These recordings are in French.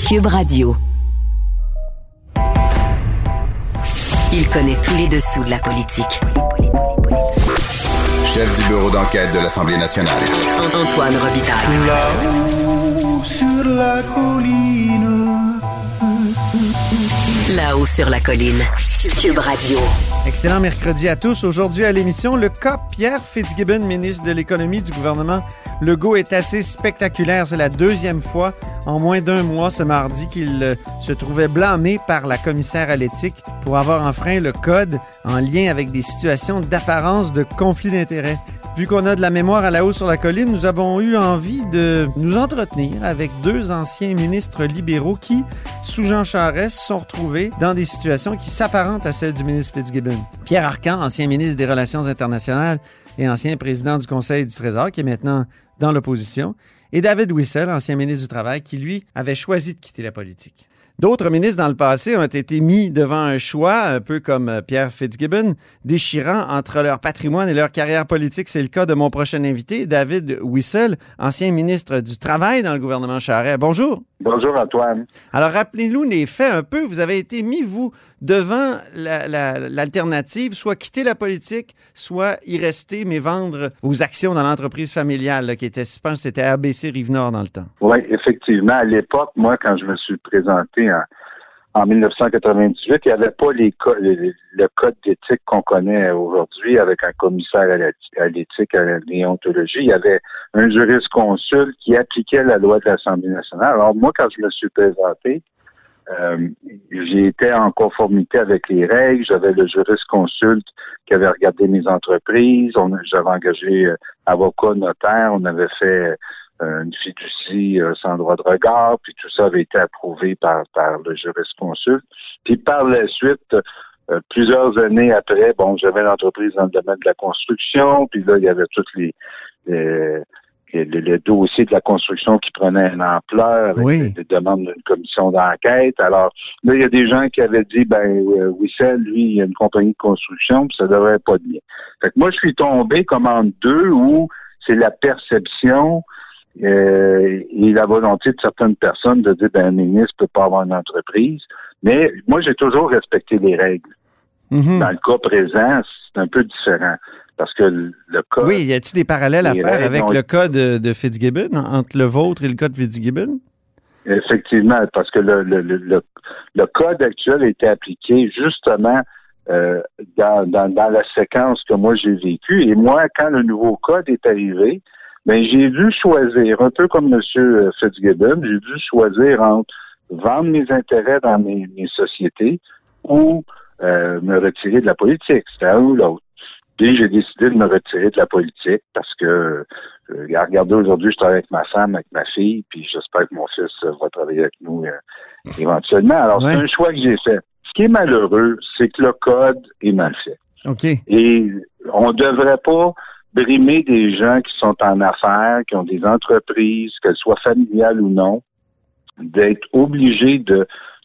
Cube Radio. Il connaît tous les dessous de la politique. Chef du bureau d'enquête de l'Assemblée nationale. Antoine Robitaille. Là-haut sur la colline. Là-haut sur la colline. Cube Radio. Excellent mercredi à tous. Aujourd'hui à l'émission, le cas Pierre Fitzgibbon, ministre de l'Économie du gouvernement Legault, est assez spectaculaire. C'est la deuxième fois en moins d'un mois ce mardi qu'il se trouvait blâmé par la commissaire à l'éthique pour avoir enfreint le code en lien avec des situations d'apparence de conflit d'intérêts. Vu qu'on a de la mémoire à la haut sur la colline, nous avons eu envie de nous entretenir avec deux anciens ministres libéraux qui, sous Jean Charest, sont retrouvés dans des situations qui s'apparentent à celles du ministre Fitzgibbon. Pierre Arcan, ancien ministre des Relations internationales et ancien président du Conseil du Trésor, qui est maintenant dans l'opposition, et David Wissel, ancien ministre du Travail, qui, lui, avait choisi de quitter la politique. D'autres ministres dans le passé ont été mis devant un choix, un peu comme Pierre Fitzgibbon, déchirant entre leur patrimoine et leur carrière politique. C'est le cas de mon prochain invité, David Wissel, ancien ministre du Travail dans le gouvernement Charest. Bonjour. Bonjour, Antoine. Alors, rappelez-nous les faits un peu. Vous avez été mis, vous, devant l'alternative, soit quitter la politique, soit y rester, mais vendre vos actions dans l'entreprise familiale, là, qui était, je pense, c'était ABC Rive-Nord dans le temps. Oui, effectivement. À l'époque, moi, quand je me suis présenté en 1998, il n'y avait pas le code d'éthique qu'on connaît aujourd'hui avec un commissaire à l'éthique, à la déontologie. Il y avait un jurisconsulte qui appliquait la loi de l'Assemblée nationale. Alors moi, quand je me suis présenté, j'ai été en conformité avec les règles. J'avais le jurisconsulte qui avait regardé mes entreprises. J'avais engagé avocat, notaire. On avait fait une fiducie sans droit de regard, puis tout ça avait été approuvé par le jurisconsulte. Puis par la suite, plusieurs années après, j'avais l'entreprise dans le domaine de la construction, puis là, il y avait tous les dossiers de la construction qui prenaient une ampleur avec des demandes d'une commission d'enquête. Alors, là, il y a des gens qui avaient dit, Wissel, lui, il a une compagnie de construction, puis ça devrait pas de bien. Fait que moi, je suis tombé comme en deux où c'est la perception et la volonté de certaines personnes de dire un ministre peut pas avoir une entreprise. Mais moi, j'ai toujours respecté les règles. Mm-hmm. Dans le cas présent, c'est un peu différent. Parce que le code... Oui, y a-t-il des parallèles à faire avec le cas de Fitzgibbon, entre le vôtre et le cas de Fitzgibbon? Effectivement, parce que le code actuel a été appliqué justement dans la séquence que moi j'ai vécue. Et moi, quand le nouveau code est arrivé, j'ai dû choisir, un peu comme M. Fitzgibbon, j'ai dû choisir entre vendre mes intérêts dans mes sociétés ou me retirer de la politique. C'était un ou l'autre. Puis j'ai décidé de me retirer de la politique parce que, regardez, aujourd'hui, je travaille avec ma femme, avec ma fille, puis j'espère que mon fils va travailler avec nous éventuellement. Alors, c'est un choix que j'ai fait. Ce qui est malheureux, c'est que le code est mal fait. OK. Et on ne devrait pas brimer des gens qui sont en affaires, qui ont des entreprises, qu'elles soient familiales ou non, d'être obligés de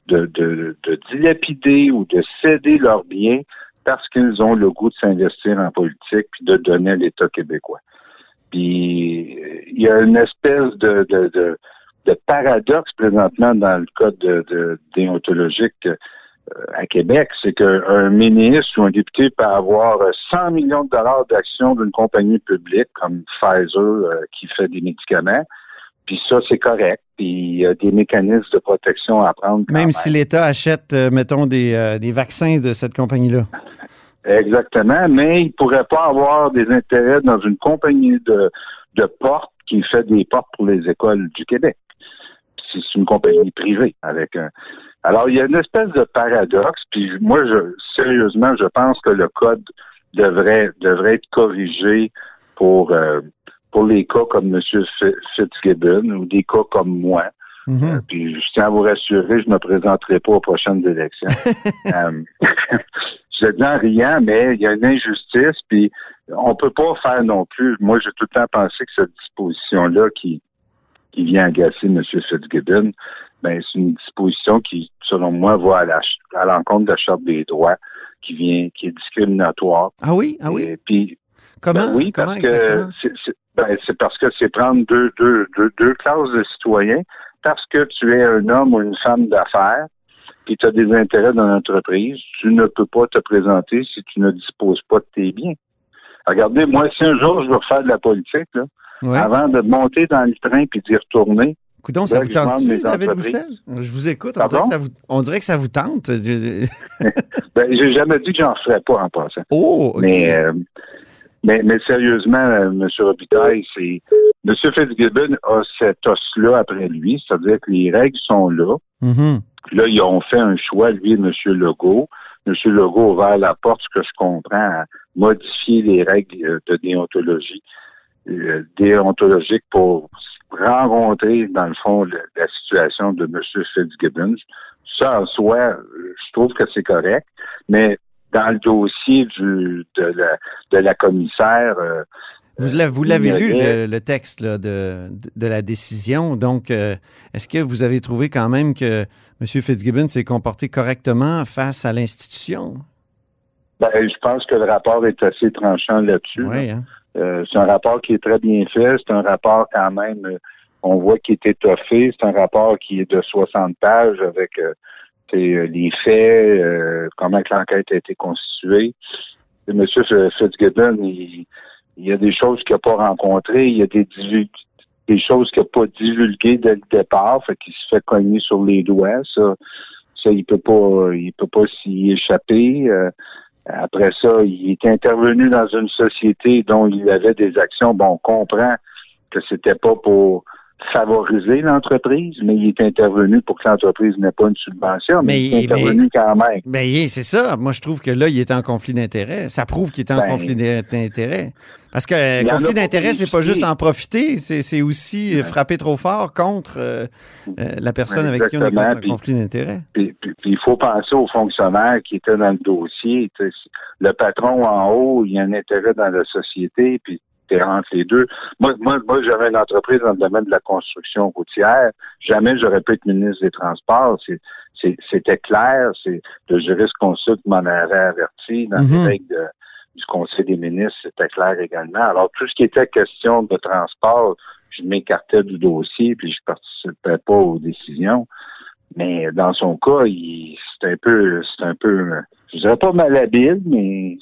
dilapider ou de céder leurs biens parce qu'ils ont le goût de s'investir en politique puis de donner à l'État québécois. Puis il y a une espèce de paradoxe présentement dans le code déontologique à Québec, c'est qu'un ministre ou un député peut avoir 100 millions de dollars d'actions d'une compagnie publique comme Pfizer qui fait des médicaments. Puis ça, c'est correct. Puis il y a des mécanismes de protection à prendre. Même si l'État achète, mettons, des vaccins de cette compagnie-là. Exactement, mais il ne pourrait pas avoir des intérêts dans une compagnie de portes qui fait des portes pour les écoles du Québec. C'est une compagnie privée avec un... Alors, il y a une espèce de paradoxe, puis moi, sérieusement, je pense que le code devrait être corrigé pour les cas comme M. Fitzgibbon ou des cas comme moi. Mm-hmm. Puis je tiens à vous rassurer, je ne me présenterai pas aux prochaines élections. Je le dis en riant, mais il y a une injustice, puis on peut pas faire non plus. Moi, j'ai tout le temps pensé que cette disposition-là qui vient agacer M. Fitzgibbon, c'est une disposition qui, selon moi, va à l'encontre de la Charte des droits, qui est discriminatoire. Ah oui? Et puis, comment? Oui, parce que c'est parce que c'est prendre deux classes de citoyens, parce que tu es un homme ou une femme d'affaires, puis tu as des intérêts dans l'entreprise, tu ne peux pas te présenter si tu ne disposes pas de tes biens. Regardez, moi, si un jour je veux faire de la politique, là, avant de monter dans le train puis d'y retourner, coudonc, ça vous tente-tu, David Roussel? Je vous écoute, on dirait que ça vous tente. J'ai jamais dit que j'en ferais pas en passant. Oh, okay. Mais sérieusement, M. Robitaille, M. Fitzgibbon a cet os-là après lui, c'est-à-dire que les règles sont là. Mm-hmm. Là, ils ont fait un choix, lui et M. Legault. M. Legault a ouvert la porte, ce que je comprends, à modifier les règles de déontologique pour rencontrer, dans le fond, la situation de M. Fitzgibbon. Ça, en soi, je trouve que c'est correct, mais dans le dossier de la commissaire... Vous l'avez lu, le texte là, de la décision. Donc, est-ce que vous avez trouvé quand même que M. Fitzgibbon s'est comporté correctement face à l'institution? Je pense que le rapport est assez tranchant là-dessus. Oui, hein? C'est un rapport qui est très bien fait. C'est un rapport quand même, on voit qu'il est étoffé. C'est un rapport qui est de 60 pages avec les faits, comment que l'enquête a été constituée. Et M. Fitzgibbon, il y a des choses qu'il n'a pas rencontrées. Il y a des choses qu'il n'a pas divulguées dès le départ. Fait qu'il se fait cogner sur les doigts. Ça il peut pas s'y échapper. Après ça, il est intervenu dans une société dont il avait des actions. Bon, on comprend que c'était pas pour favoriser l'entreprise, mais il est intervenu pour que l'entreprise n'ait pas une subvention, mais il est intervenu quand même. C'est ça. Moi, je trouve que là, il est en conflit d'intérêts. Ça prouve qu'il est en conflit d'intérêts. Parce que conflit d'intérêts, c'est pas juste en profiter, c'est aussi frapper trop fort contre la personne avec qui on est en conflit d'intérêts. Puis il faut penser aux fonctionnaires qui étaient dans le dossier. Le patron en haut, il a un intérêt dans la société, puis entre les deux. Moi, j'avais une entreprise dans le domaine de la construction routière. Jamais j'aurais pu être ministre des Transports. C'était clair. Le jurisconsulte m'en avait averti dans les règles du Conseil des ministres. C'était clair également. Alors, tout ce qui était question de transport, je m'écartais du dossier puis je participais pas aux décisions. Mais dans son cas, c'est un peu, je dirais pas malhabile, mais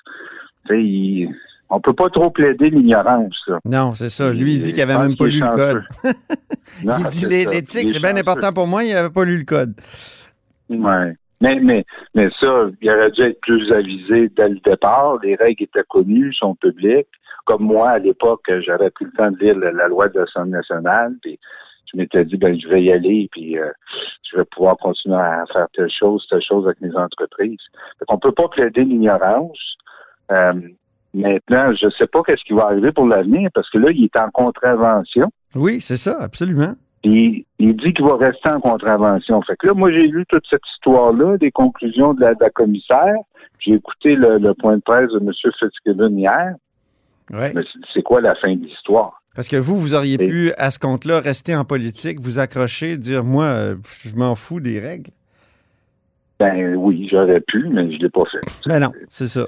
on peut pas trop plaider l'ignorance, là. Non, c'est ça. Lui, il dit qu'il avait même pas lu le code. Non, il dit l'éthique, c'est bien important pour moi, il n'avait pas lu le code. Oui. Mais ça, il aurait dû être plus avisé dès le départ. Les règles étaient connues, sont publiques. Comme moi, à l'époque, j'avais pris le temps de lire la loi de l'Assemblée nationale, puis je m'étais dit, je vais y aller, puis je vais pouvoir continuer à faire telle chose avec mes entreprises. Donc, on peut pas plaider l'ignorance. Maintenant, je ne sais pas qu'est-ce qui va arriver pour l'avenir, parce que là, il est en contravention. Oui, c'est ça, absolument. Puis, il dit qu'il va rester en contravention. Fait que là, moi, j'ai lu toute cette histoire-là, des conclusions de la commissaire. J'ai écouté le point de presse de M. Fitzgibbon hier. Ouais. Mais c'est quoi la fin de l'histoire? Parce que vous auriez pu, à ce compte-là, rester en politique, vous accrocher, dire, moi, je m'en fous des règles. Oui, j'aurais pu, mais je l'ai pas fait. Non, c'est ça.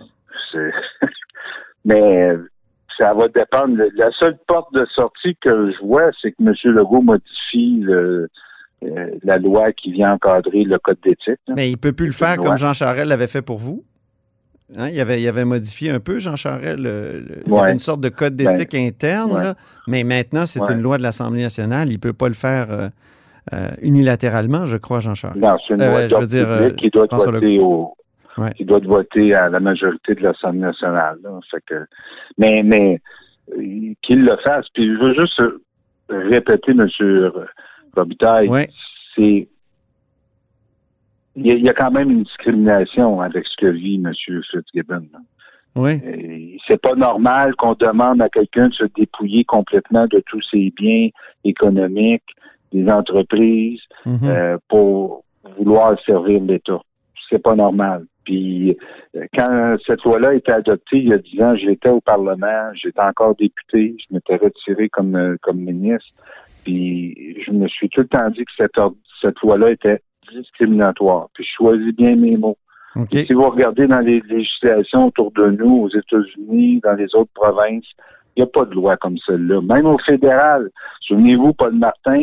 Mais ça va dépendre. La seule porte de sortie que je vois, c'est que M. Legault modifie la loi qui vient encadrer le code d'éthique. Mais il ne peut plus le faire comme Jean Charest l'avait fait pour vous. Hein? Il avait modifié un peu, Jean Charest. Il y avait une sorte de code d'éthique interne, là, mais maintenant, c'est une loi de l'Assemblée nationale. Il ne peut pas le faire unilatéralement, je crois, Jean Charest. Non, c'est une loi publique qui doit voter qui doit voter à la majorité de l'Assemblée nationale. Là. Fait que, mais qu'il le fasse. Puis je veux juste répéter, M. Robitaille, il y a quand même une discrimination avec ce que vit M. Fitzgibbon. Là. Oui. C'est pas normal qu'on demande à quelqu'un de se dépouiller complètement de tous ses biens économiques, des entreprises, pour vouloir servir l'État. C'est pas normal. Puis, quand cette loi-là a été adoptée il y a 10 ans, j'étais au Parlement, j'étais encore député, je m'étais retiré comme ministre, puis je me suis tout le temps dit que cette loi-là était discriminatoire. Puis, je choisis bien mes mots. Okay. Si vous regardez dans les législations autour de nous, aux États-Unis, dans les autres provinces, il n'y a pas de loi comme celle-là. Même au fédéral, souvenez-vous, Paul Martin,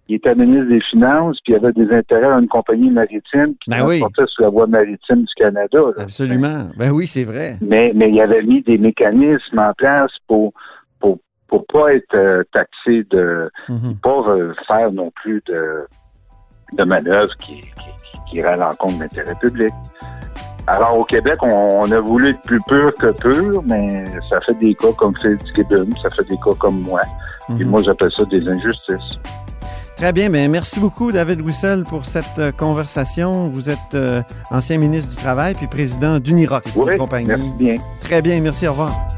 il était ministre des Finances, puis il avait des intérêts à une compagnie maritime qui transportait sur la voie maritime du Canada. Là. Absolument. Ben oui, c'est vrai. Mais il avait mis des mécanismes en place pour pas être taxé de pas faire non plus de manœuvres qui iraient à l'encontre de l'intérêt public. Alors, au Québec, on a voulu être plus pur que pur, mais ça fait des cas comme Fitzgibbon, ça fait des cas comme moi. Et moi, j'appelle ça des injustices. Très bien. Bien, merci beaucoup, David Wissel, pour cette conversation. Vous êtes ancien ministre du Travail puis président d'Uniroc, oui, compagnie. Merci bien. Très bien. Merci. Au revoir.